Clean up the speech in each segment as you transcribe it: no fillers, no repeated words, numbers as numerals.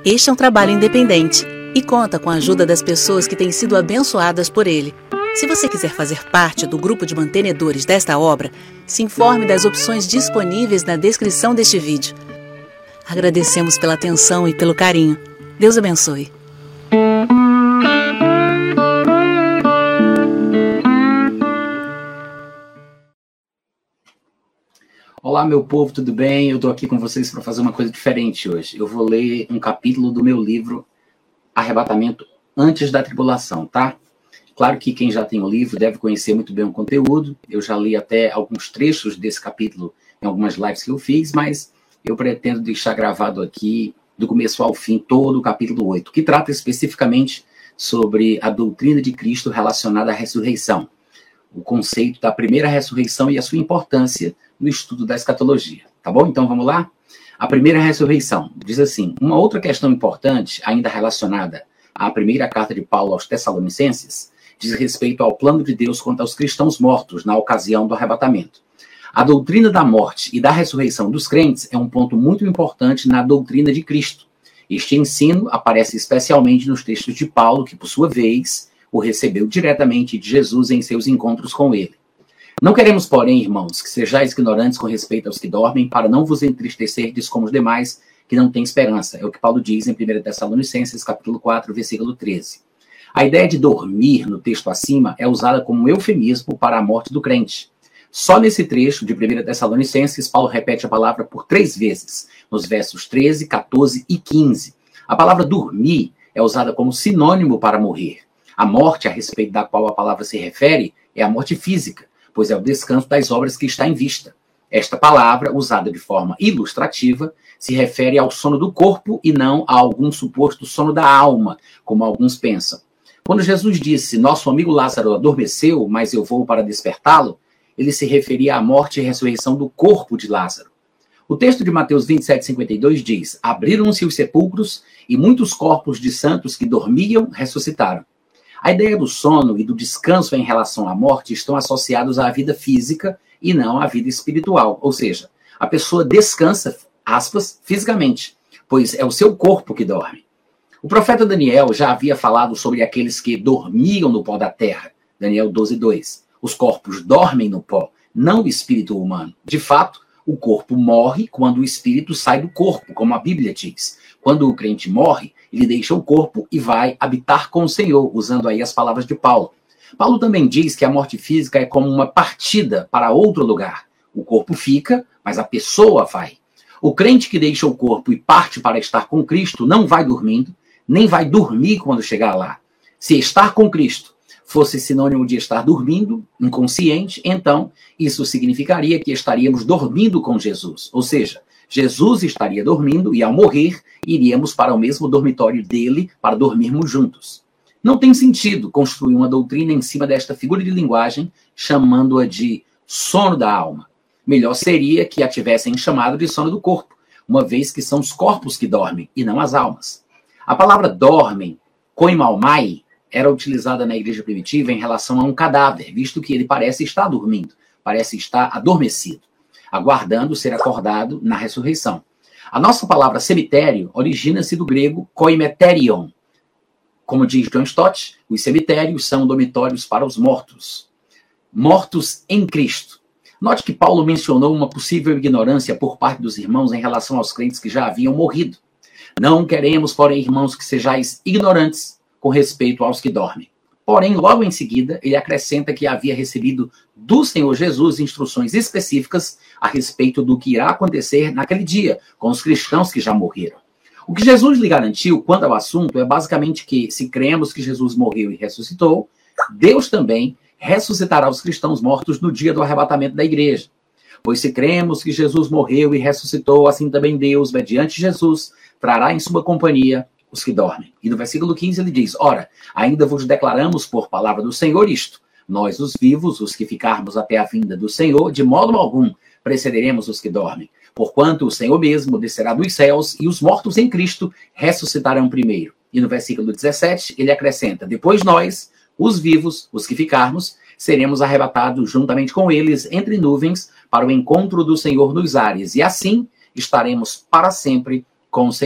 Este é um trabalho independente e conta com a ajuda das pessoas que têm sido abençoadas por ele. Se você quiser fazer parte do grupo de mantenedores desta obra, se informe das opções disponíveis na descrição deste vídeo. Agradecemos pela atenção e pelo carinho. Deus abençoe. Olá, meu povo, tudo bem? Eu estou aqui com vocês para fazer uma coisa diferente hoje. Eu vou ler um capítulo do meu livro Arrebatamento Antes da Tribulação, tá? Claro que quem já tem o livro deve conhecer muito bem o conteúdo. Eu já li até alguns trechos desse capítulo em algumas lives que eu fiz, mas eu pretendo deixar gravado aqui, do começo ao fim, todo o capítulo 8, que trata especificamente sobre a doutrina de Cristo relacionada à ressurreição, o conceito da primeira ressurreição e a sua importância no estudo da escatologia, tá bom? Então vamos lá? A primeira ressurreição diz assim: uma outra questão importante, ainda relacionada à primeira carta de Paulo aos Tessalonicenses, diz respeito ao plano de Deus quanto aos cristãos mortos na ocasião do arrebatamento. A doutrina da morte e da ressurreição dos crentes é um ponto muito importante na doutrina de Cristo. Este ensino aparece especialmente nos textos de Paulo, que por sua vez o recebeu diretamente de Jesus em seus encontros com ele. Não queremos, porém, irmãos, que sejais ignorantes com respeito aos que dormem, para não vos entristecerdes como os demais, que não têm esperança. É o que Paulo diz em 1 Tessalonicenses, capítulo 4, versículo 13. A ideia de dormir, no texto acima, é usada como um eufemismo para a morte do crente. Só nesse trecho de 1 Tessalonicenses, Paulo repete a palavra por 3 vezes, nos versos 13, 14 e 15. A palavra dormir é usada como sinônimo para morrer. A morte a respeito da qual a palavra se refere é a morte física, pois é o descanso das obras que está em vista. Esta palavra, usada de forma ilustrativa, se refere ao sono do corpo e não a algum suposto sono da alma, como alguns pensam. Quando Jesus disse, nosso amigo Lázaro adormeceu, mas eu vou para despertá-lo, ele se referia à morte e ressurreição do corpo de Lázaro. O texto de Mateus 27:52 diz, abriram-se os sepulcros e muitos corpos de santos que dormiam ressuscitaram. A ideia do sono e do descanso em relação à morte estão associados à vida física e não à vida espiritual. Ou seja, a pessoa descansa, aspas, fisicamente, pois é o seu corpo que dorme. O profeta Daniel já havia falado sobre aqueles que dormiam no pó da terra. Daniel 12:2. Os corpos dormem no pó, não o espírito humano. De fato, o corpo morre quando o espírito sai do corpo, como a Bíblia diz. Quando o crente morre, ele deixa o corpo e vai habitar com o Senhor, usando aí as palavras de Paulo. Paulo também diz que a morte física é como uma partida para outro lugar. O corpo fica, mas a pessoa vai. O crente que deixa o corpo e parte para estar com Cristo não vai dormindo, nem vai dormir quando chegar lá. Se estar com Cristo fosse sinônimo de estar dormindo, inconsciente, então isso significaria que estaríamos dormindo com Jesus. Ou seja, Jesus estaria dormindo e, ao morrer, iríamos para o mesmo dormitório dele para dormirmos juntos. Não tem sentido construir uma doutrina em cima desta figura de linguagem, chamando-a de sono da alma. Melhor seria que a tivessem chamado de sono do corpo, uma vez que são os corpos que dormem e não as almas. A palavra dormem, koimaumai, era utilizada na igreja primitiva em relação a um cadáver, visto que ele parece estar dormindo, parece estar adormecido, aguardando ser acordado na ressurreição. A nossa palavra cemitério origina-se do grego koimeterion. Como diz John Stott, os cemitérios são dormitórios para os mortos. Mortos em Cristo. Note que Paulo mencionou uma possível ignorância por parte dos irmãos em relação aos crentes que já haviam morrido. Não queremos, porém, irmãos, que sejais ignorantes com respeito aos que dormem. Porém, logo em seguida, ele acrescenta que havia recebido do Senhor Jesus instruções específicas a respeito do que irá acontecer naquele dia com os cristãos que já morreram. O que Jesus lhe garantiu quanto ao assunto é basicamente que, se cremos que Jesus morreu e ressuscitou, Deus também ressuscitará os cristãos mortos no dia do arrebatamento da igreja. Pois se cremos que Jesus morreu e ressuscitou, assim também Deus, mediante Jesus, trará em sua companhia os que dormem. E no versículo 15 ele diz, ora, ainda vos declaramos por palavra do Senhor isto, nós os vivos, os que ficarmos até a vinda do Senhor, de modo algum precederemos os que dormem. Porquanto o Senhor mesmo descerá dos céus e os mortos em Cristo ressuscitarão primeiro. E no versículo 17 ele acrescenta, depois nós, os vivos, os que ficarmos, seremos arrebatados juntamente com eles entre nuvens para o encontro do Senhor nos ares. E assim estaremos para sempre com o Senhor.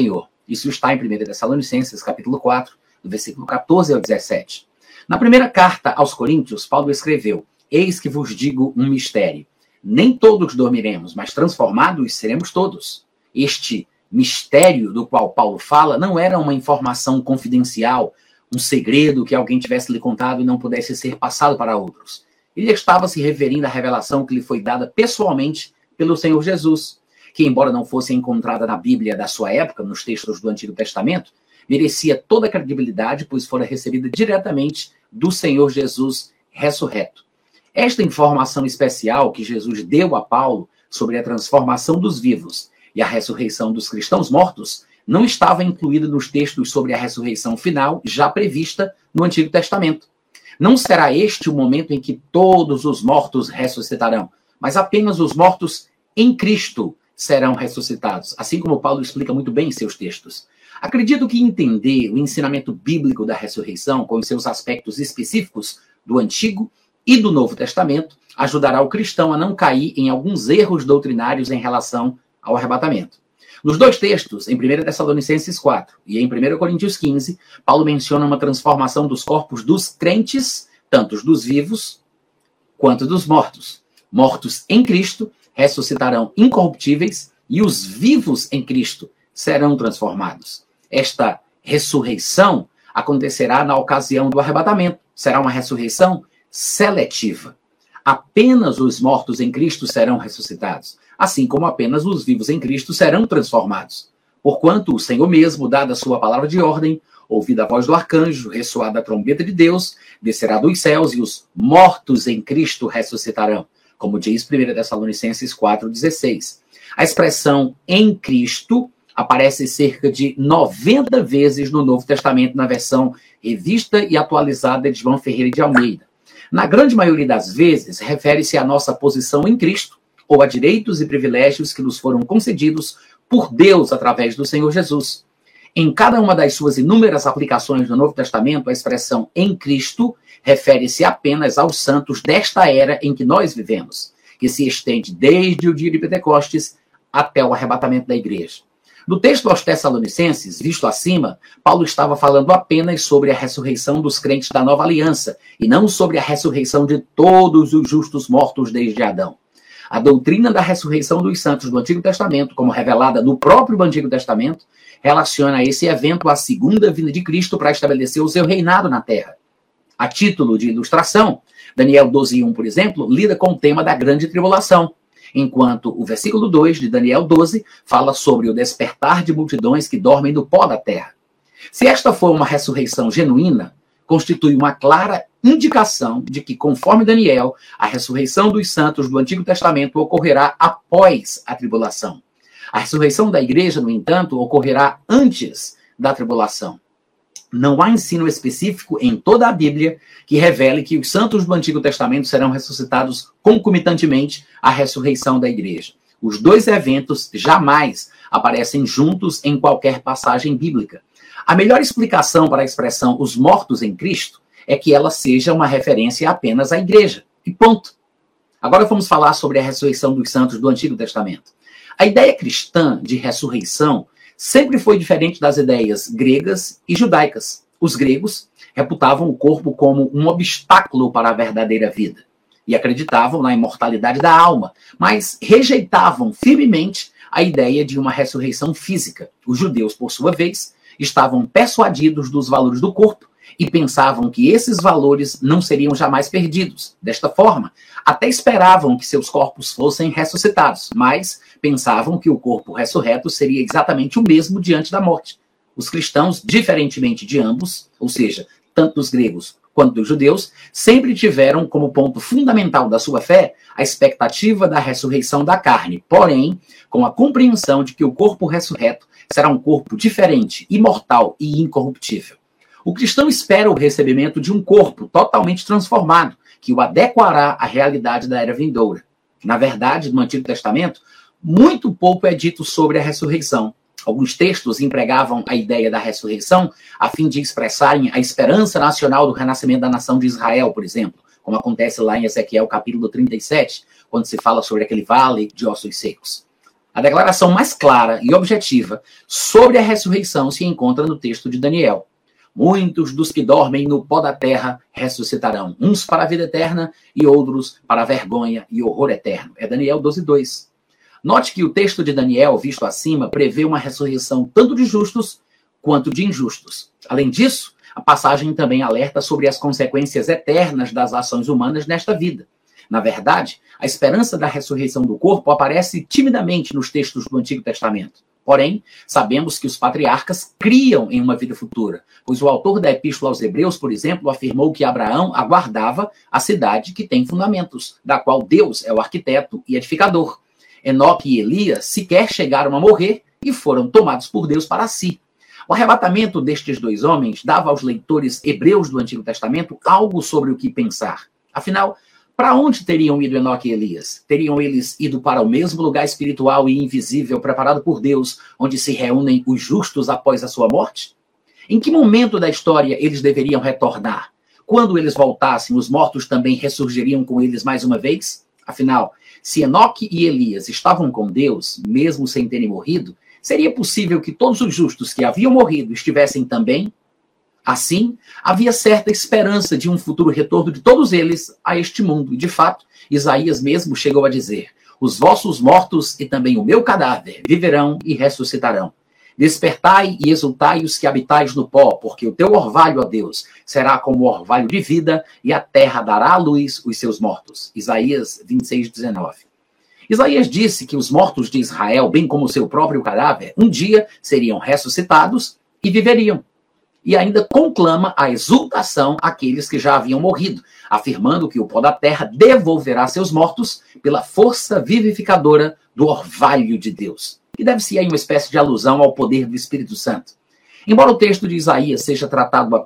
Isso está em 1 Tessalonicenses, capítulo 4, do versículo 14 ao 17. Na primeira carta aos Coríntios, Paulo escreveu: eis que vos digo um mistério. Nem todos dormiremos, mas transformados seremos todos. Este mistério do qual Paulo fala não era uma informação confidencial, um segredo que alguém tivesse lhe contado e não pudesse ser passado para outros. Ele estava se referindo à revelação que lhe foi dada pessoalmente pelo Senhor Jesus, que, embora não fosse encontrada na Bíblia da sua época, nos textos do Antigo Testamento, merecia toda a credibilidade, pois fora recebida diretamente do Senhor Jesus ressurreto. Esta informação especial que Jesus deu a Paulo sobre a transformação dos vivos e a ressurreição dos cristãos mortos não estava incluída nos textos sobre a ressurreição final já prevista no Antigo Testamento. Não será este o momento em que todos os mortos ressuscitarão, mas apenas os mortos em Cristo serão ressuscitados, assim como Paulo explica muito bem em seus textos. Acredito que entender o ensinamento bíblico da ressurreição, com os seus aspectos específicos do Antigo e do Novo Testamento, ajudará o cristão a não cair em alguns erros doutrinários em relação ao arrebatamento. Nos dois textos, em 1 Tessalonicenses 4 e em 1 Coríntios 15, Paulo menciona uma transformação dos corpos dos crentes, tanto dos vivos quanto dos mortos. Mortos em Cristo ressuscitarão incorruptíveis e os vivos em Cristo serão transformados. Esta ressurreição acontecerá na ocasião do arrebatamento. Será uma ressurreição seletiva. Apenas os mortos em Cristo serão ressuscitados, assim como apenas os vivos em Cristo serão transformados. Porquanto o Senhor mesmo, dada a sua palavra de ordem, ouvida a voz do arcanjo, ressoada a trombeta de Deus, descerá dos céus e os mortos em Cristo ressuscitarão, como diz 1 Tessalonicenses 4,16. A expressão em Cristo aparece cerca de 90 vezes no Novo Testamento, na versão revista e atualizada de João Ferreira de Almeida. Na grande maioria das vezes, refere-se à nossa posição em Cristo, ou a direitos e privilégios que nos foram concedidos por Deus através do Senhor Jesus. Em cada uma das suas inúmeras aplicações do Novo Testamento, a expressão em Cristo refere-se apenas aos santos desta era em que nós vivemos, que se estende desde o dia de Pentecostes até o arrebatamento da igreja. No texto aos Tessalonicenses, visto acima, Paulo estava falando apenas sobre a ressurreição dos crentes da nova aliança, e não sobre a ressurreição de todos os justos mortos desde Adão. A doutrina da ressurreição dos santos do Antigo Testamento, como revelada no próprio Antigo Testamento, relaciona esse evento à segunda vinda de Cristo para estabelecer o seu reinado na terra. A título de ilustração, Daniel 12:1, por exemplo, lida com o tema da grande tribulação, enquanto o versículo 2 de Daniel 12 fala sobre o despertar de multidões que dormem no pó da terra. Se esta for uma ressurreição genuína, constitui uma clara indicação de que, conforme Daniel, a ressurreição dos santos do Antigo Testamento ocorrerá após a tribulação. A ressurreição da igreja, no entanto, ocorrerá antes da tribulação. Não há ensino específico em toda a Bíblia que revele que os santos do Antigo Testamento serão ressuscitados concomitantemente à ressurreição da igreja. Os dois eventos jamais aparecem juntos em qualquer passagem bíblica. A melhor explicação para a expressão os mortos em Cristo é que ela seja uma referência apenas à igreja. E ponto. Agora vamos falar sobre a ressurreição dos santos do Antigo Testamento. A ideia cristã de ressurreição sempre foi diferente das ideias gregas e judaicas. Os gregos reputavam o corpo como um obstáculo para a verdadeira vida e acreditavam na imortalidade da alma, mas rejeitavam firmemente a ideia de uma ressurreição física. Os judeus, por sua vez, estavam persuadidos dos valores do corpo e pensavam que esses valores não seriam jamais perdidos. Desta forma, até esperavam que seus corpos fossem ressuscitados, mas pensavam que o corpo ressurreto seria exatamente o mesmo diante da morte. Os cristãos, diferentemente de ambos, ou seja, tanto dos gregos quanto dos judeus, sempre tiveram como ponto fundamental da sua fé a expectativa da ressurreição da carne, porém, com a compreensão de que o corpo ressurreto será um corpo diferente, imortal e incorruptível. O cristão espera o recebimento de um corpo totalmente transformado, que o adequará à realidade da era vindoura. Na verdade, no Antigo Testamento, muito pouco é dito sobre a ressurreição. Alguns textos empregavam a ideia da ressurreição a fim de expressarem a esperança nacional do renascimento da nação de Israel, por exemplo, como acontece lá em Ezequiel capítulo 37, quando se fala sobre aquele vale de ossos secos. A declaração mais clara e objetiva sobre a ressurreição se encontra no texto de Daniel. Muitos dos que dormem no pó da terra ressuscitarão, uns para a vida eterna e outros para a vergonha e horror eterno. É Daniel 12:2. Note que o texto de Daniel, visto acima, prevê uma ressurreição tanto de justos quanto de injustos. Além disso, a passagem também alerta sobre as consequências eternas das ações humanas nesta vida. Na verdade, a esperança da ressurreição do corpo aparece timidamente nos textos do Antigo Testamento. Porém, sabemos que os patriarcas criam em uma vida futura, pois o autor da Epístola aos Hebreus, por exemplo, afirmou que Abraão aguardava a cidade que tem fundamentos, da qual Deus é o arquiteto e edificador. Enoque e Elias sequer chegaram a morrer e foram tomados por Deus para si. O arrebatamento destes dois homens dava aos leitores hebreus do Antigo Testamento algo sobre o que pensar. Afinal, para onde teriam ido Enoque e Elias? Teriam eles ido para o mesmo lugar espiritual e invisível preparado por Deus, onde se reúnem os justos após a sua morte? Em que momento da história eles deveriam retornar? Quando eles voltassem, os mortos também ressurgiriam com eles mais uma vez? Afinal, se Enoque e Elias estavam com Deus, mesmo sem terem morrido, seria possível que todos os justos que haviam morrido estivessem também? Assim, havia certa esperança de um futuro retorno de todos eles a este mundo. E, de fato, Isaías mesmo chegou a dizer: os vossos mortos e também o meu cadáver viverão e ressuscitarão. Despertai e exultai os que habitais no pó, porque o teu orvalho, ó Deus, será como orvalho de vida, e a terra dará à luz os seus mortos. Isaías 26:19. Isaías disse que os mortos de Israel, bem como o seu próprio cadáver, um dia seriam ressuscitados e viveriam. E ainda conclama a exultação àqueles que já haviam morrido, afirmando que o pó da terra devolverá seus mortos pela força vivificadora do orvalho de Deus. Que deve ser aí uma espécie de alusão ao poder do Espírito Santo. Embora o texto de Isaías esteja tratando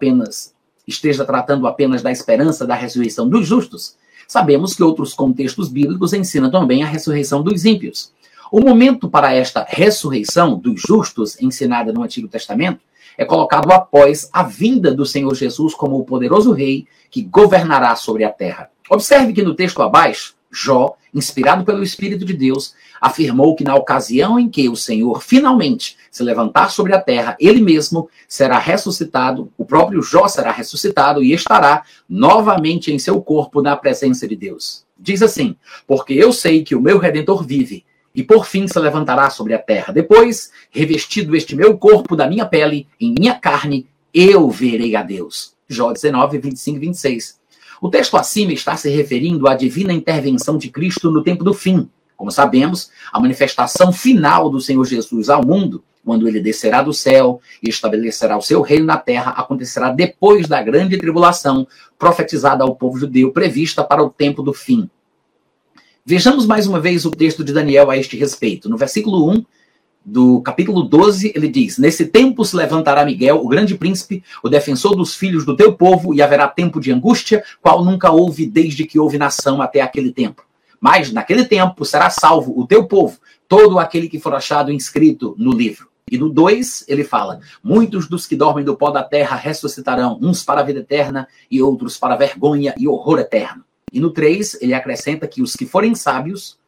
apenas da esperança da ressurreição dos justos, sabemos que outros contextos bíblicos ensinam também a ressurreição dos ímpios. O momento para esta ressurreição dos justos, ensinada no Antigo Testamento, é colocado após a vinda do Senhor Jesus como o poderoso rei que governará sobre a terra. Observe que no texto abaixo, Jó, inspirado pelo Espírito de Deus, afirmou que na ocasião em que o Senhor finalmente se levantar sobre a terra, ele mesmo será ressuscitado, o próprio Jó será ressuscitado e estará novamente em seu corpo na presença de Deus. Diz assim: porque eu sei que o meu Redentor vive, e por fim se levantará sobre a terra. Depois, revestido este meu corpo da minha pele, em minha carne, eu verei a Deus. Jó 19, 25 e 26. O texto acima está se referindo à divina intervenção de Cristo no tempo do fim. Como sabemos, a manifestação final do Senhor Jesus ao mundo, quando ele descerá do céu e estabelecerá o seu reino na terra, acontecerá depois da grande tribulação profetizada ao povo judeu, prevista para o tempo do fim. Vejamos mais uma vez o texto de Daniel a este respeito. No versículo 1 do capítulo 12, ele diz: nesse tempo se levantará Miguel, o grande príncipe, o defensor dos filhos do teu povo, e haverá tempo de angústia, qual nunca houve desde que houve nação até aquele tempo. Mas naquele tempo será salvo o teu povo, todo aquele que for achado inscrito no livro. E no 2, ele fala: muitos dos que dormem do pó da terra ressuscitarão, uns para a vida eterna e outros para a vergonha e horror eterno. E no 3, ele acrescenta que os que forem sábios,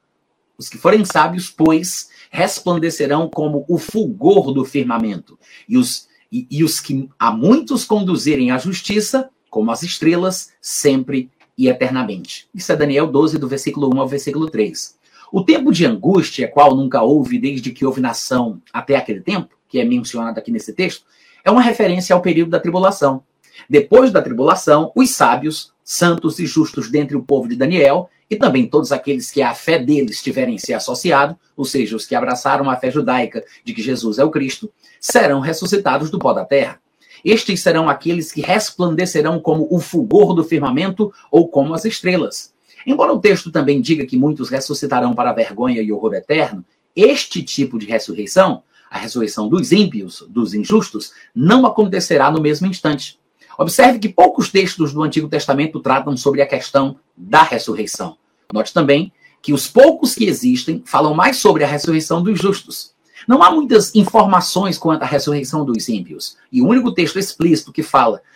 pois, resplandecerão como o fulgor do firmamento. E os que a muitos conduzirem à justiça, como as estrelas, sempre e eternamente. Isso é Daniel 12, do versículo 1 ao versículo 3. O tempo de angústia, qual nunca houve desde que houve nação até aquele tempo, que é mencionado aqui nesse texto, é uma referência ao período da tribulação. Depois da tribulação, os sábios, santos e justos dentre o povo de Daniel, e também todos aqueles que a fé deles tiverem se associado, ou seja, os que abraçaram a fé judaica de que Jesus é o Cristo, serão ressuscitados do pó da terra. Estes serão aqueles que resplandecerão como o fulgor do firmamento ou como as estrelas. Embora o texto também diga que muitos ressuscitarão para a vergonha e horror eterno, este tipo de ressurreição, a ressurreição dos ímpios, dos injustos, não acontecerá no mesmo instante. Observe que poucos textos do Antigo Testamento tratam sobre a questão da ressurreição. Note também que os poucos que existem falam mais sobre a ressurreição dos justos. Não há muitas informações quanto à ressurreição dos ímpios. E o único texto explícito que fala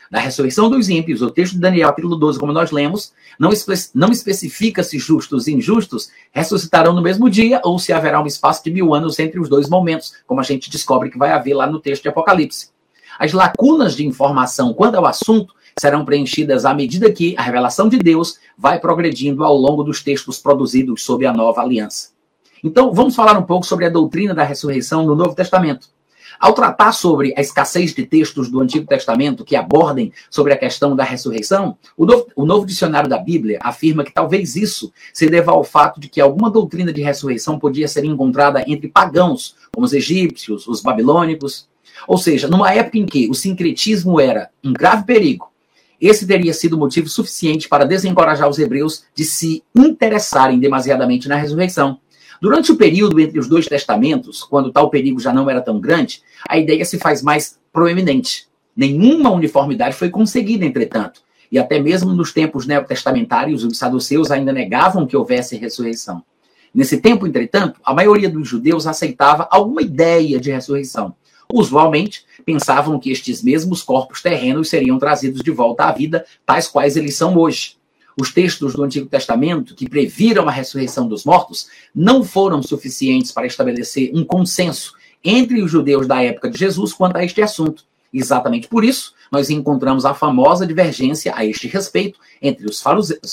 da ressurreição dos ímpios, o texto de Daniel, capítulo 12, como nós lemos, não especifica se justos e injustos ressuscitarão no mesmo dia ou se haverá um espaço de 1000 anos entre os dois momentos, como a gente descobre que vai haver lá no texto de Apocalipse. As lacunas de informação quanto ao assunto serão preenchidas à medida que a revelação de Deus vai progredindo ao longo dos textos produzidos sob a nova aliança. Então, vamos falar um pouco sobre a doutrina da ressurreição no Novo Testamento. Ao tratar sobre a escassez de textos do Antigo Testamento que abordem sobre a questão da ressurreição, o novo dicionário da Bíblia afirma que talvez isso se deva ao fato de que alguma doutrina de ressurreição podia ser encontrada entre pagãos, como os egípcios, os babilônicos. Ou seja, numa época em que o sincretismo era um grave perigo, esse teria sido motivo suficiente para desencorajar os hebreus de se interessarem demasiadamente na ressurreição. Durante o período entre os dois testamentos, quando tal perigo já não era tão grande, a ideia se faz mais proeminente. Nenhuma uniformidade foi conseguida, entretanto, e até mesmo nos tempos neotestamentários, os saduceus ainda negavam que houvesse ressurreição. Nesse tempo, entretanto, a maioria dos judeus aceitava alguma ideia de ressurreição. Usualmente, pensavam que estes mesmos corpos terrenos seriam trazidos de volta à vida, tais quais eles são hoje. Os textos do Antigo Testamento, que previram a ressurreição dos mortos, não foram suficientes para estabelecer um consenso entre os judeus da época de Jesus quanto a este assunto. Exatamente por isso, nós encontramos a famosa divergência a este respeito entre os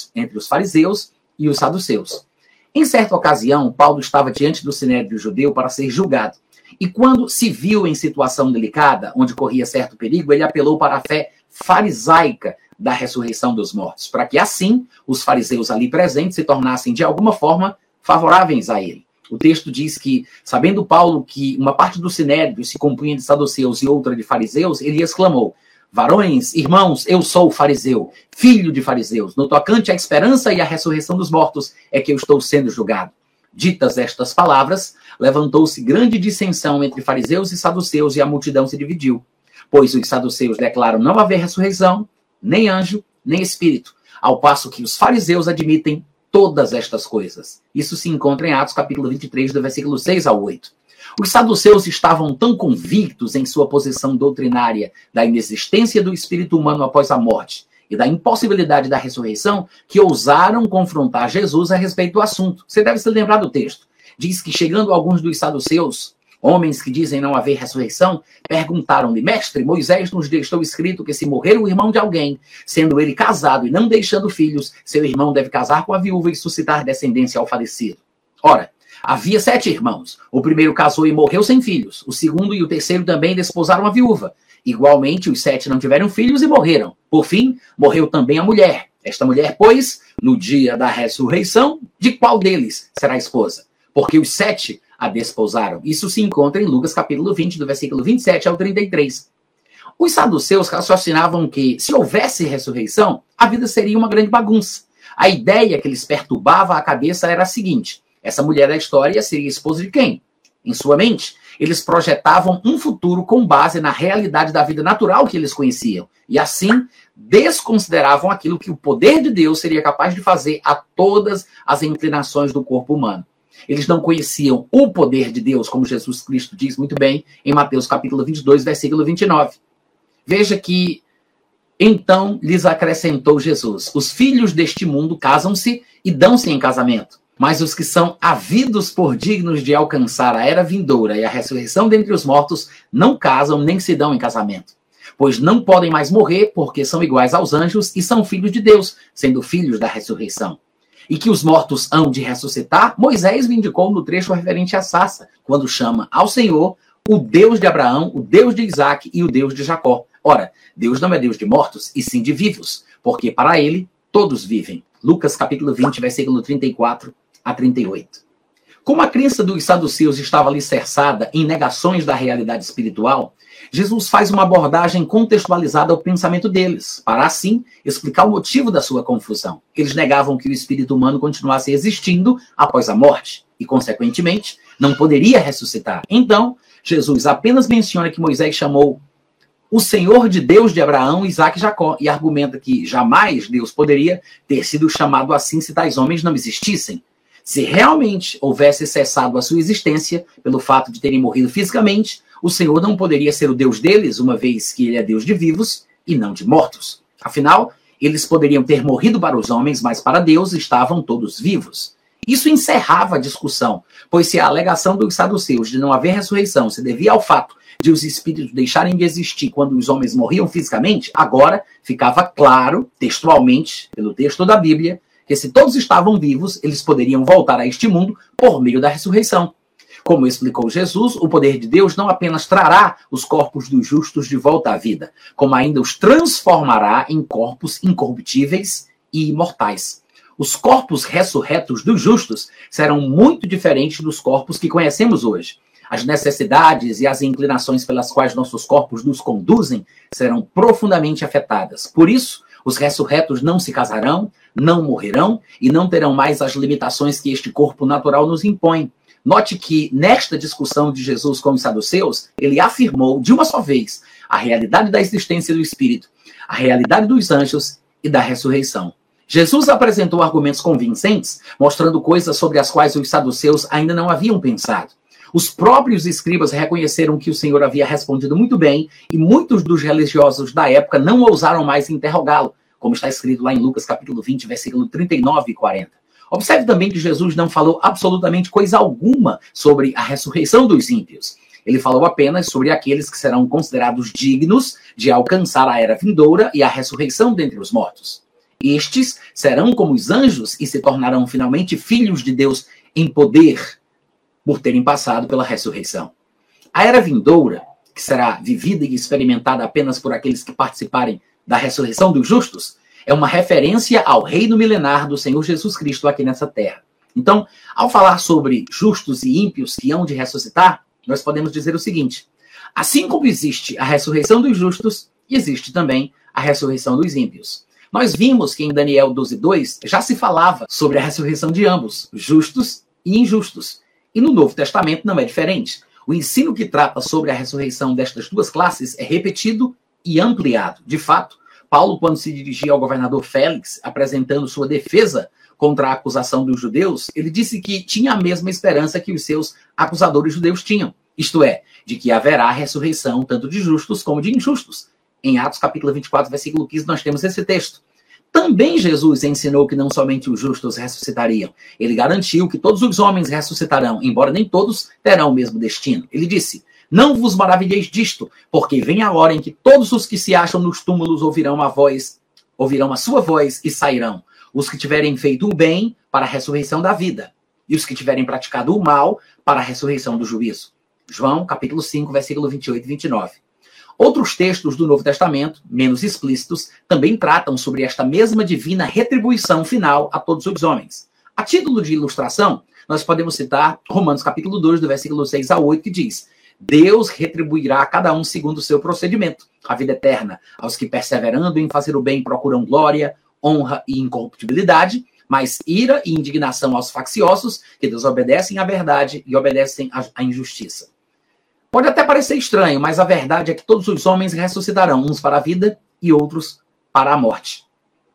fariseus e os saduceus. Em certa ocasião, Paulo estava diante do sinédrio judeu para ser julgado. E quando se viu em situação delicada, onde corria certo perigo, ele apelou para a fé farisaica da ressurreição dos mortos, para que assim os fariseus ali presentes se tornassem de alguma forma favoráveis a ele. O texto diz que, sabendo Paulo que uma parte do sinédrio se compunha de saduceus e outra de fariseus, ele exclamou: varões, irmãos, eu sou fariseu, filho de fariseus. No tocante à esperança e à ressurreição dos mortos é que eu estou sendo julgado. Ditas estas palavras, levantou-se grande dissensão entre fariseus e saduceus e a multidão se dividiu. Pois os saduceus declaram não haver ressurreição, nem anjo, nem espírito, ao passo que os fariseus admitem todas estas coisas. Isso se encontra em Atos capítulo 23, do versículo 6 ao 8. Os saduceus estavam tão convictos em sua posição doutrinária da inexistência do espírito humano após a morte e da impossibilidade da ressurreição que ousaram confrontar Jesus a respeito do assunto. Você deve se lembrar do texto. Diz que, chegando alguns dos saduceus, homens que dizem não haver ressurreição, perguntaram-lhe: mestre, Moisés nos deixou escrito que se morrer o irmão de alguém, sendo ele casado e não deixando filhos, seu irmão deve casar com a viúva e suscitar descendência ao falecido. Ora, havia 7 irmãos. O primeiro casou e morreu sem filhos. O segundo e o terceiro também desposaram a viúva. Igualmente, os 7 não tiveram filhos e morreram. Por fim, morreu também a mulher. Esta mulher, pois, no dia da ressurreição, de qual deles será esposa? Porque os 7 a desposaram. Isso se encontra em Lucas capítulo 20, do versículo 27 ao 33. Os saduceus raciocinavam que, se houvesse ressurreição, a vida seria uma grande bagunça. A ideia que lhes perturbava a cabeça era a seguinte: essa mulher da história seria esposa de quem? Em sua mente, eles projetavam um futuro com base na realidade da vida natural que eles conheciam. E assim, desconsideravam aquilo que o poder de Deus seria capaz de fazer a todas as inclinações do corpo humano. Eles não conheciam o poder de Deus, como Jesus Cristo diz muito bem em Mateus capítulo 22, versículo 29. Veja que, então lhes acrescentou Jesus: os filhos deste mundo casam-se e dão-se em casamento, mas os que são havidos por dignos de alcançar a era vindoura e a ressurreição dentre os mortos não casam nem se dão em casamento, pois não podem mais morrer porque são iguais aos anjos e são filhos de Deus, sendo filhos da ressurreição. E que os mortos hão de ressuscitar, Moisés vindicou no trecho referente à sarça, quando chama ao Senhor o Deus de Abraão, o Deus de Isaac e o Deus de Jacó. Ora, Deus não é Deus de mortos, e sim de vivos, porque para ele todos vivem. Lucas capítulo 20, versículo 34 a 38. Como a crença dos saduceus estava alicerçada em negações da realidade espiritual, Jesus faz uma abordagem contextualizada ao pensamento deles, para assim explicar o motivo da sua confusão. Eles negavam que o espírito humano continuasse existindo após a morte e, consequentemente, não poderia ressuscitar. Então, Jesus apenas menciona que Moisés chamou o Senhor de Deus de Abraão, Isaac e Jacó, e argumenta que jamais Deus poderia ter sido chamado assim se tais homens não existissem. Se realmente houvesse cessado a sua existência pelo fato de terem morrido fisicamente, o Senhor não poderia ser o Deus deles, uma vez que ele é Deus de vivos e não de mortos. Afinal, eles poderiam ter morrido para os homens, mas para Deus estavam todos vivos. Isso encerrava a discussão, pois se a alegação dos saduceus de não haver ressurreição se devia ao fato de os espíritos deixarem de existir quando os homens morriam fisicamente, agora ficava claro, textualmente, pelo texto da Bíblia, que se todos estavam vivos, eles poderiam voltar a este mundo por meio da ressurreição. Como explicou Jesus, o poder de Deus não apenas trará os corpos dos justos de volta à vida, como ainda os transformará em corpos incorruptíveis e imortais. Os corpos ressurretos dos justos serão muito diferentes dos corpos que conhecemos hoje. As necessidades e as inclinações pelas quais nossos corpos nos conduzem serão profundamente afetadas. Por isso, os ressurretos não se casarão, não morrerão e não terão mais as limitações que este corpo natural nos impõe. Note que, nesta discussão de Jesus com os saduceus, ele afirmou de uma só vez a realidade da existência do Espírito, a realidade dos anjos e da ressurreição. Jesus apresentou argumentos convincentes, mostrando coisas sobre as quais os saduceus ainda não haviam pensado. Os próprios escribas reconheceram que o Senhor havia respondido muito bem e muitos dos religiosos da época não ousaram mais interrogá-lo, como está escrito lá em Lucas capítulo 20, versículo 39 e 40. Observe também que Jesus não falou absolutamente coisa alguma sobre a ressurreição dos ímpios. Ele falou apenas sobre aqueles que serão considerados dignos de alcançar a era vindoura e a ressurreição dentre os mortos. Estes serão como os anjos e se tornarão finalmente filhos de Deus em poder, por terem passado pela ressurreição. A era vindoura, que será vivida e experimentada apenas por aqueles que participarem da ressurreição dos justos, é uma referência ao reino milenar do Senhor Jesus Cristo aqui nessa terra. Então, ao falar sobre justos e ímpios que hão de ressuscitar, nós podemos dizer o seguinte: assim como existe a ressurreição dos justos, existe também a ressurreição dos ímpios. Nós vimos que em Daniel 12:2 já se falava sobre a ressurreição de ambos, justos e injustos. E no Novo Testamento não é diferente. O ensino que trata sobre a ressurreição destas duas classes é repetido e ampliado. De fato, Paulo, quando se dirigia ao governador Félix, apresentando sua defesa contra a acusação dos judeus, ele disse que tinha a mesma esperança que os seus acusadores judeus tinham. Isto é, de que haverá ressurreição tanto de justos como de injustos. Em Atos capítulo 24, versículo 15, nós temos esse texto. Também Jesus ensinou que não somente os justos ressuscitariam. Ele garantiu que todos os homens ressuscitarão, embora nem todos terão o mesmo destino. Ele disse: não vos maravilheis disto, porque vem a hora em que todos os que se acham nos túmulos ouvirão a sua voz e sairão. Os que tiverem feito o bem para a ressurreição da vida, e os que tiverem praticado o mal para a ressurreição do juízo. João, capítulo 5, versículo 28 e 29. Outros textos do Novo Testamento, menos explícitos, também tratam sobre esta mesma divina retribuição final a todos os homens. A título de ilustração, nós podemos citar Romanos capítulo 2, do versículo 6 a 8, que diz: Deus retribuirá a cada um segundo o seu procedimento, a vida eterna, aos que perseverando em fazer o bem procuram glória, honra e incorruptibilidade, mas ira e indignação aos facciosos que desobedecem à verdade e obedecem à injustiça. Pode até parecer estranho, mas a verdade é que todos os homens ressuscitarão, uns para a vida e outros para a morte.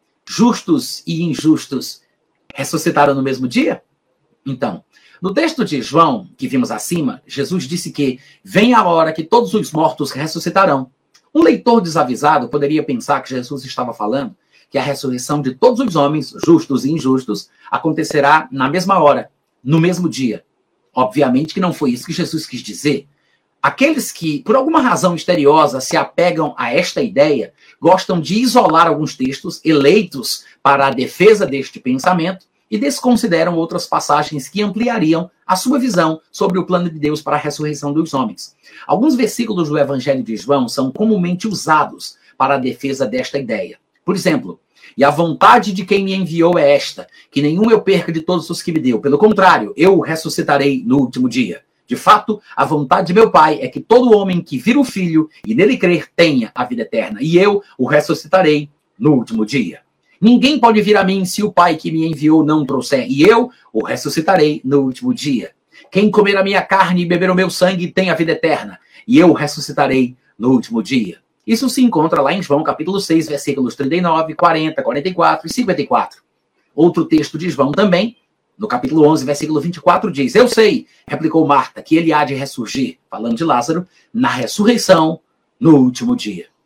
Justos e injustos ressuscitaram no mesmo dia? Então, no texto de João, que vimos acima, Jesus disse que vem a hora que todos os mortos ressuscitarão. Um leitor desavisado poderia pensar que Jesus estava falando que a ressurreição de todos os homens, justos e injustos, acontecerá na mesma hora, no mesmo dia. Obviamente que não foi isso que Jesus quis dizer. Aqueles que, por alguma razão misteriosa, se apegam a esta ideia, gostam de isolar alguns textos eleitos para a defesa deste pensamento e desconsideram outras passagens que ampliariam a sua visão sobre o plano de Deus para a ressurreição dos homens. Alguns versículos do Evangelho de João são comumente usados para a defesa desta ideia. Por exemplo, e a vontade de quem me enviou é esta, que nenhum eu perca de todos os que me deu. Pelo contrário, eu o ressuscitarei no último dia. De fato, a vontade de meu Pai é que todo homem que vira o Filho e nele crer tenha a vida eterna, e eu o ressuscitarei no último dia. Ninguém pode vir a mim se o Pai que me enviou não trouxer, e eu o ressuscitarei no último dia. Quem comer a minha carne e beber o meu sangue tem a vida eterna, e eu o ressuscitarei no último dia. Isso se encontra lá em João capítulo 6, versículos 39, 40, 44 e 54. Outro texto de João também, no capítulo 11, versículo 24, diz: eu sei, replicou Marta, que ele há de ressurgir, falando de Lázaro, na ressurreição no último dia.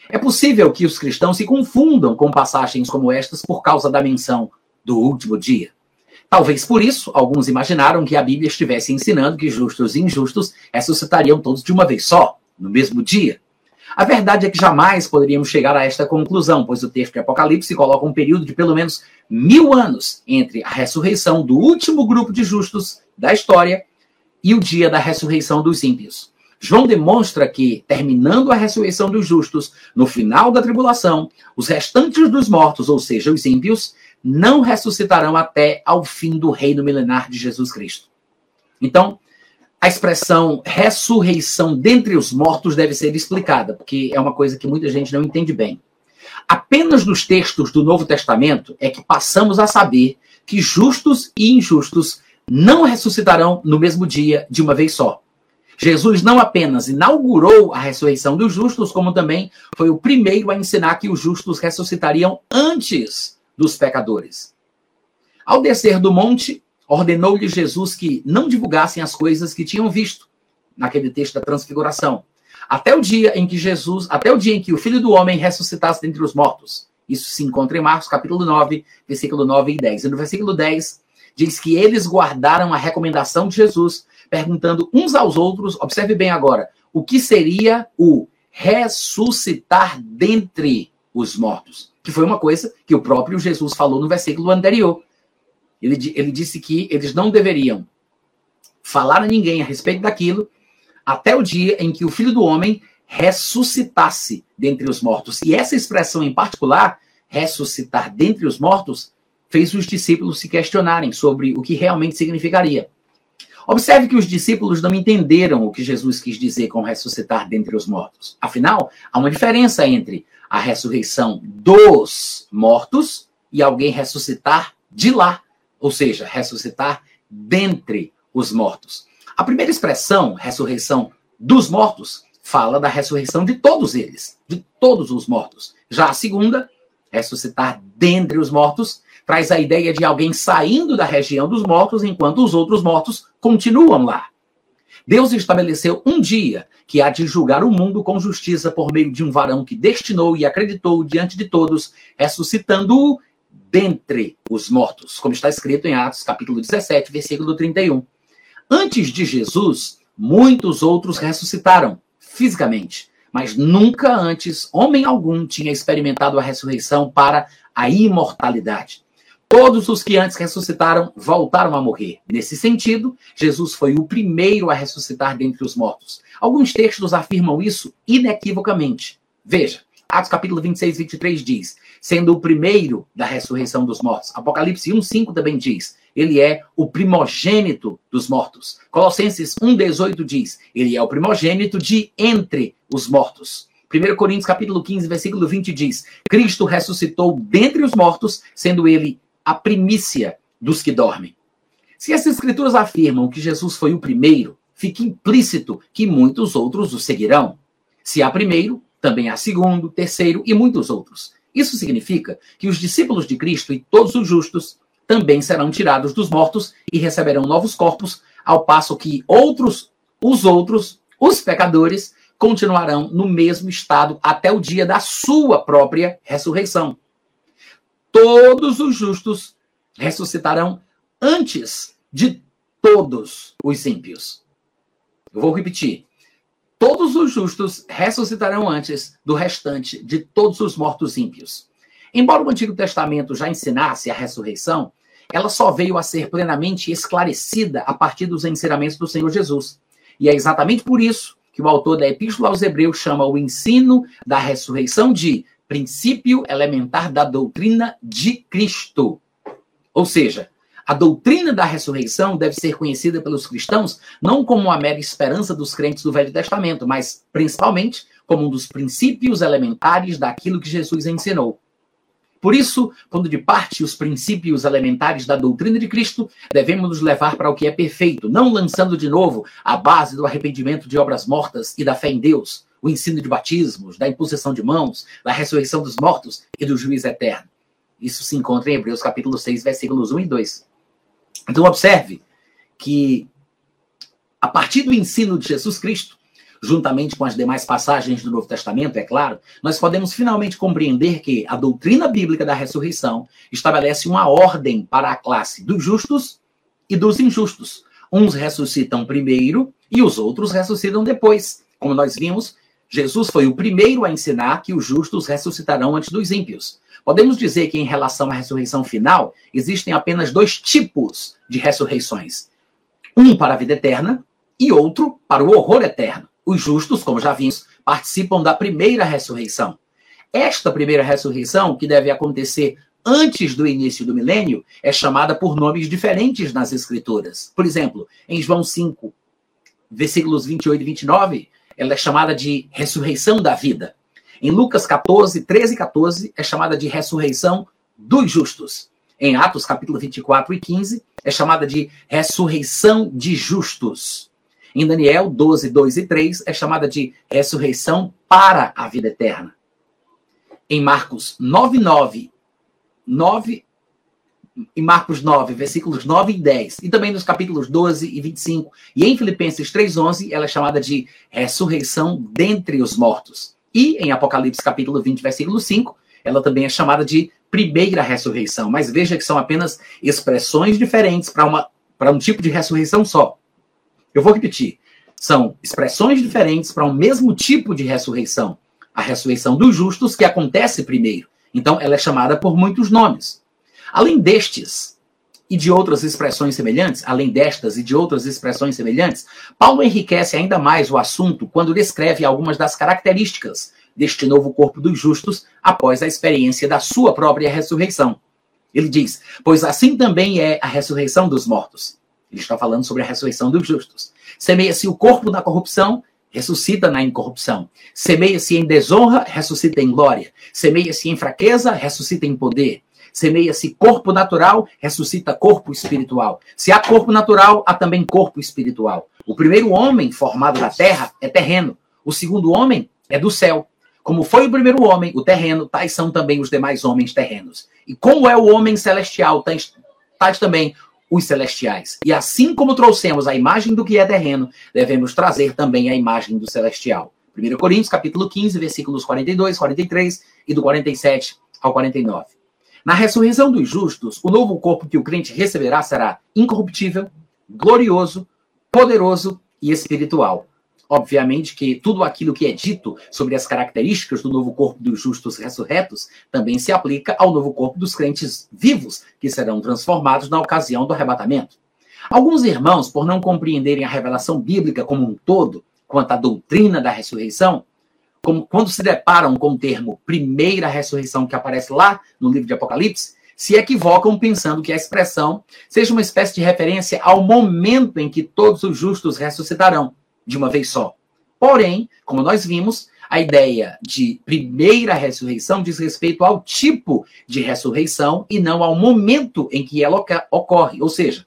É possível que os cristãos se confundam com passagens como estas por causa da menção do último dia. Talvez por isso, alguns imaginaram que a Bíblia estivesse ensinando que justos e injustos ressuscitariam todos de uma vez só, no mesmo dia. A verdade é que jamais poderíamos chegar a esta conclusão, pois o texto de Apocalipse coloca um período de pelo menos 1000 anos entre a ressurreição do último grupo de justos da história e o dia da ressurreição dos ímpios. João demonstra que, terminando a ressurreição dos justos, no final da tribulação, os restantes dos mortos, ou seja, os ímpios, não ressuscitarão até ao fim do reino milenar de Jesus Cristo. Então, a expressão ressurreição dentre os mortos deve ser explicada, porque é uma coisa que muita gente não entende bem. Apenas nos textos do Novo Testamento é que passamos a saber que justos e injustos não ressuscitarão no mesmo dia de uma vez só. Jesus não apenas inaugurou a ressurreição dos justos, como também foi o primeiro a ensinar que os justos ressuscitariam antes dos pecadores. Ao descer do monte, ordenou-lhe Jesus que não divulgassem as coisas que tinham visto, naquele texto da transfiguração, até o dia em que o Filho do Homem ressuscitasse dentre os mortos. Isso se encontra em Marcos, capítulo 9, versículo 9 e 10. E no versículo 10, diz que eles guardaram a recomendação de Jesus, perguntando uns aos outros, observe bem agora, o que seria o ressuscitar dentre os mortos, que foi uma coisa que o próprio Jesus falou no versículo anterior. Ele disse que eles não deveriam falar a ninguém a respeito daquilo até o dia em que o Filho do Homem ressuscitasse dentre os mortos. E essa expressão em particular, ressuscitar dentre os mortos, fez os discípulos se questionarem sobre o que realmente significaria. Observe que os discípulos não entenderam o que Jesus quis dizer com ressuscitar dentre os mortos. Afinal, há uma diferença entre a ressurreição dos mortos e alguém ressuscitar de lá, ou seja, ressuscitar dentre os mortos. A primeira expressão, ressurreição dos mortos, fala da ressurreição de todos eles, de todos os mortos. Já a segunda, ressuscitar dentre os mortos, traz a ideia de alguém saindo da região dos mortos enquanto os outros mortos continuam lá. Deus estabeleceu um dia que há de julgar o mundo com justiça por meio de um varão que destinou e acreditou diante de todos, ressuscitando-o dentre os mortos, como está escrito em Atos, capítulo 17, versículo 31. Antes de Jesus, muitos outros ressuscitaram fisicamente, mas nunca antes homem algum tinha experimentado a ressurreição para a imortalidade. Todos os que antes ressuscitaram voltaram a morrer. Nesse sentido, Jesus foi o primeiro a ressuscitar dentre os mortos. Alguns textos afirmam isso inequivocamente. Veja, Atos capítulo 26, 23 diz, sendo o primeiro da ressurreição dos mortos. Apocalipse 1:5 também diz, ele é o primogênito dos mortos. Colossenses 1:18 diz, ele é o primogênito de entre os mortos. 1 Coríntios capítulo 15, versículo 20 diz, Cristo ressuscitou dentre os mortos, sendo ele a primícia dos que dormem. Se as escrituras afirmam que Jesus foi o primeiro, fica implícito que muitos outros o seguirão. Se há primeiro, também há segundo, terceiro e muitos outros. Isso significa que os discípulos de Cristo e todos os justos também serão tirados dos mortos e receberão novos corpos, ao passo que os pecadores, continuarão no mesmo estado até o dia da sua própria ressurreição. Todos os justos ressuscitarão antes de todos os ímpios. Eu vou repetir. Todos os justos ressuscitarão antes do restante de todos os mortos ímpios. Embora o Antigo Testamento já ensinasse a ressurreição, ela só veio a ser plenamente esclarecida a partir dos ensinamentos do Senhor Jesus. E é exatamente por isso que o autor da Epístola aos Hebreus chama o ensino da ressurreição de princípio elementar da doutrina de Cristo. Ou seja, a doutrina da ressurreição deve ser conhecida pelos cristãos não como uma mera esperança dos crentes do Velho Testamento, mas principalmente como um dos princípios elementares daquilo que Jesus ensinou. Por isso, quando de parte os princípios elementares da doutrina de Cristo, devemos nos levar para o que é perfeito, não lançando de novo a base do arrependimento de obras mortas e da fé em Deus, o ensino de batismos, da imposição de mãos, da ressurreição dos mortos e do juízo eterno. Isso se encontra em Hebreus capítulo 6, versículos 1 e 2. Então observe que, a partir do ensino de Jesus Cristo, juntamente com as demais passagens do Novo Testamento, é claro, nós podemos finalmente compreender que a doutrina bíblica da ressurreição estabelece uma ordem para a classe dos justos e dos injustos. Uns ressuscitam primeiro e os outros ressuscitam depois. Como nós vimos, Jesus foi o primeiro a ensinar que os justos ressuscitarão antes dos ímpios. Podemos dizer que, em relação à ressurreição final, existem apenas dois tipos de ressurreições. Um para a vida eterna e outro para o horror eterno. Os justos, como já vimos, participam da primeira ressurreição. Esta primeira ressurreição, que deve acontecer antes do início do milênio, é chamada por nomes diferentes nas Escrituras. Por exemplo, em João 5, versículos 28 e 29, ela é chamada de ressurreição da vida. Em Lucas 14, 13 e 14, é chamada de ressurreição dos justos. Em Atos, capítulo 24 e 15, é chamada de ressurreição de justos. Em Daniel 12, 2 e 3, é chamada de ressurreição para a vida eterna. Em Marcos 9, versículos 9 e 10, e também nos capítulos 12 e 25, e em Filipenses 3:11, ela é chamada de ressurreição dentre os mortos. E em Apocalipse capítulo 20, versículo 5, ela também é chamada de primeira ressurreição. Mas veja que são apenas expressões diferentes para um tipo de ressurreição só. Eu vou repetir. São expressões diferentes para um mesmo tipo de ressurreição. A ressurreição dos justos, que acontece primeiro. Então, ela é chamada por muitos nomes. Além destas e de outras expressões semelhantes, Paulo enriquece ainda mais o assunto quando descreve algumas das características deste novo corpo dos justos após a experiência da sua própria ressurreição. Ele diz, pois assim também é a ressurreição dos mortos. Ele está falando sobre a ressurreição dos justos. Semeia-se o corpo na corrupção, ressuscita na incorrupção. Semeia-se em desonra, ressuscita em glória. Semeia-se em fraqueza, ressuscita em poder. Semeia-se corpo natural, ressuscita corpo espiritual. Se há corpo natural, há também corpo espiritual. O primeiro homem formado da terra é terreno. O segundo homem é do céu. Como foi o primeiro homem, o terreno, tais são também os demais homens terrenos. E como é o homem celestial, tais também os celestiais. E assim como trouxemos a imagem do que é terreno, devemos trazer também a imagem do celestial. 1 Coríntios, capítulo 15, versículos 42, 43 e do 47 ao 49. Na ressurreição dos justos, o novo corpo que o crente receberá será incorruptível, glorioso, poderoso e espiritual. Obviamente que tudo aquilo que é dito sobre as características do novo corpo dos justos ressurretos também se aplica ao novo corpo dos crentes vivos, que serão transformados na ocasião do arrebatamento. Alguns irmãos, por não compreenderem a revelação bíblica como um todo, quanto à doutrina da ressurreição, quando se deparam com o termo primeira ressurreição que aparece lá no livro de Apocalipse, se equivocam pensando que a expressão seja uma espécie de referência ao momento em que todos os justos ressuscitarão, de uma vez só. Porém, como nós vimos, a ideia de primeira ressurreição diz respeito ao tipo de ressurreição e não ao momento em que ela ocorre. Ou seja,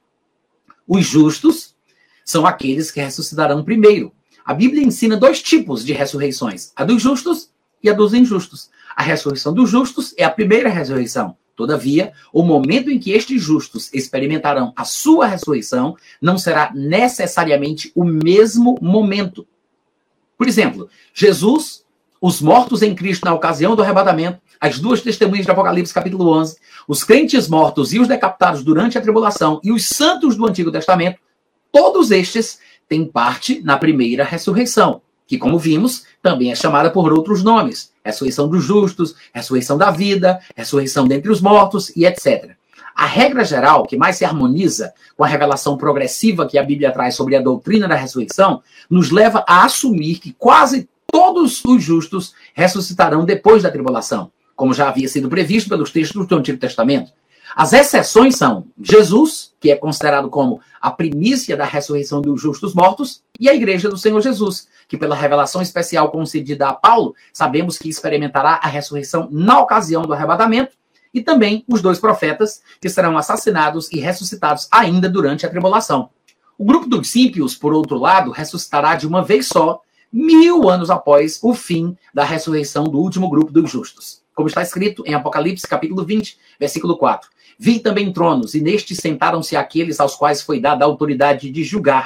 os justos são aqueles que ressuscitarão primeiro. A Bíblia ensina dois tipos de ressurreições, a dos justos e a dos injustos. A ressurreição dos justos é a primeira ressurreição. Todavia, o momento em que estes justos experimentarão a sua ressurreição não será necessariamente o mesmo momento. Por exemplo, Jesus, os mortos em Cristo na ocasião do arrebatamento, as duas testemunhas de Apocalipse capítulo 11, os crentes mortos e os decapitados durante a tribulação e os santos do Antigo Testamento, todos estes têm parte na primeira ressurreição, que, como vimos, também é chamada por outros nomes. Ressurreição dos justos, ressurreição da vida, ressurreição dentre os mortos e etc. A regra geral que mais se harmoniza com a revelação progressiva que a Bíblia traz sobre a doutrina da ressurreição nos leva a assumir que quase todos os justos ressuscitarão depois da tribulação, como já havia sido previsto pelos textos do Antigo Testamento. As exceções são Jesus, que é considerado como a primícia da ressurreição dos justos mortos, e a Igreja do Senhor Jesus, que pela revelação especial concedida a Paulo, sabemos que experimentará a ressurreição na ocasião do arrebatamento, e também os dois profetas, que serão assassinados e ressuscitados ainda durante a tribulação. O grupo dos ímpios, por outro lado, ressuscitará de uma vez só, 1000 anos após o fim da ressurreição do último grupo dos justos. Como está escrito em Apocalipse, capítulo 20, versículo 4. Vi também tronos, e nestes sentaram-se aqueles aos quais foi dada a autoridade de julgar.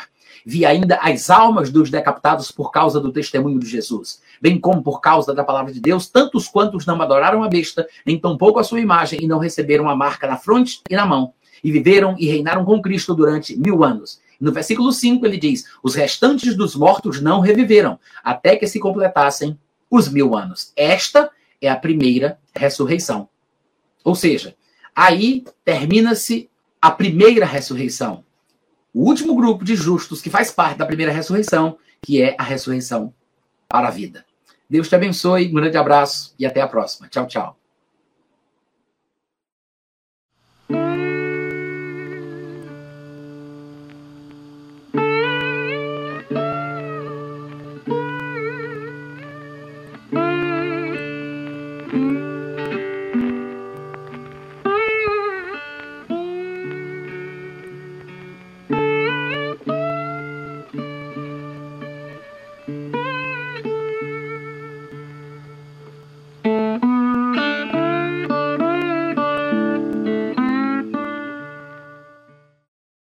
Vi ainda as almas dos decapitados por causa do testemunho de Jesus, bem como por causa da palavra de Deus, tantos quantos não adoraram a besta, nem tampouco a sua imagem, e não receberam a marca na fronte e na mão, e viveram e reinaram com Cristo durante 1000 anos. No versículo 5 ele diz, os restantes dos mortos não reviveram, até que se completassem os 1000 anos. Esta é a primeira ressurreição. Ou seja, aí termina-se a primeira ressurreição. O último grupo de justos que faz parte da primeira ressurreição, que é a ressurreição para a vida. Deus te abençoe, um grande abraço e até a próxima. Tchau, tchau.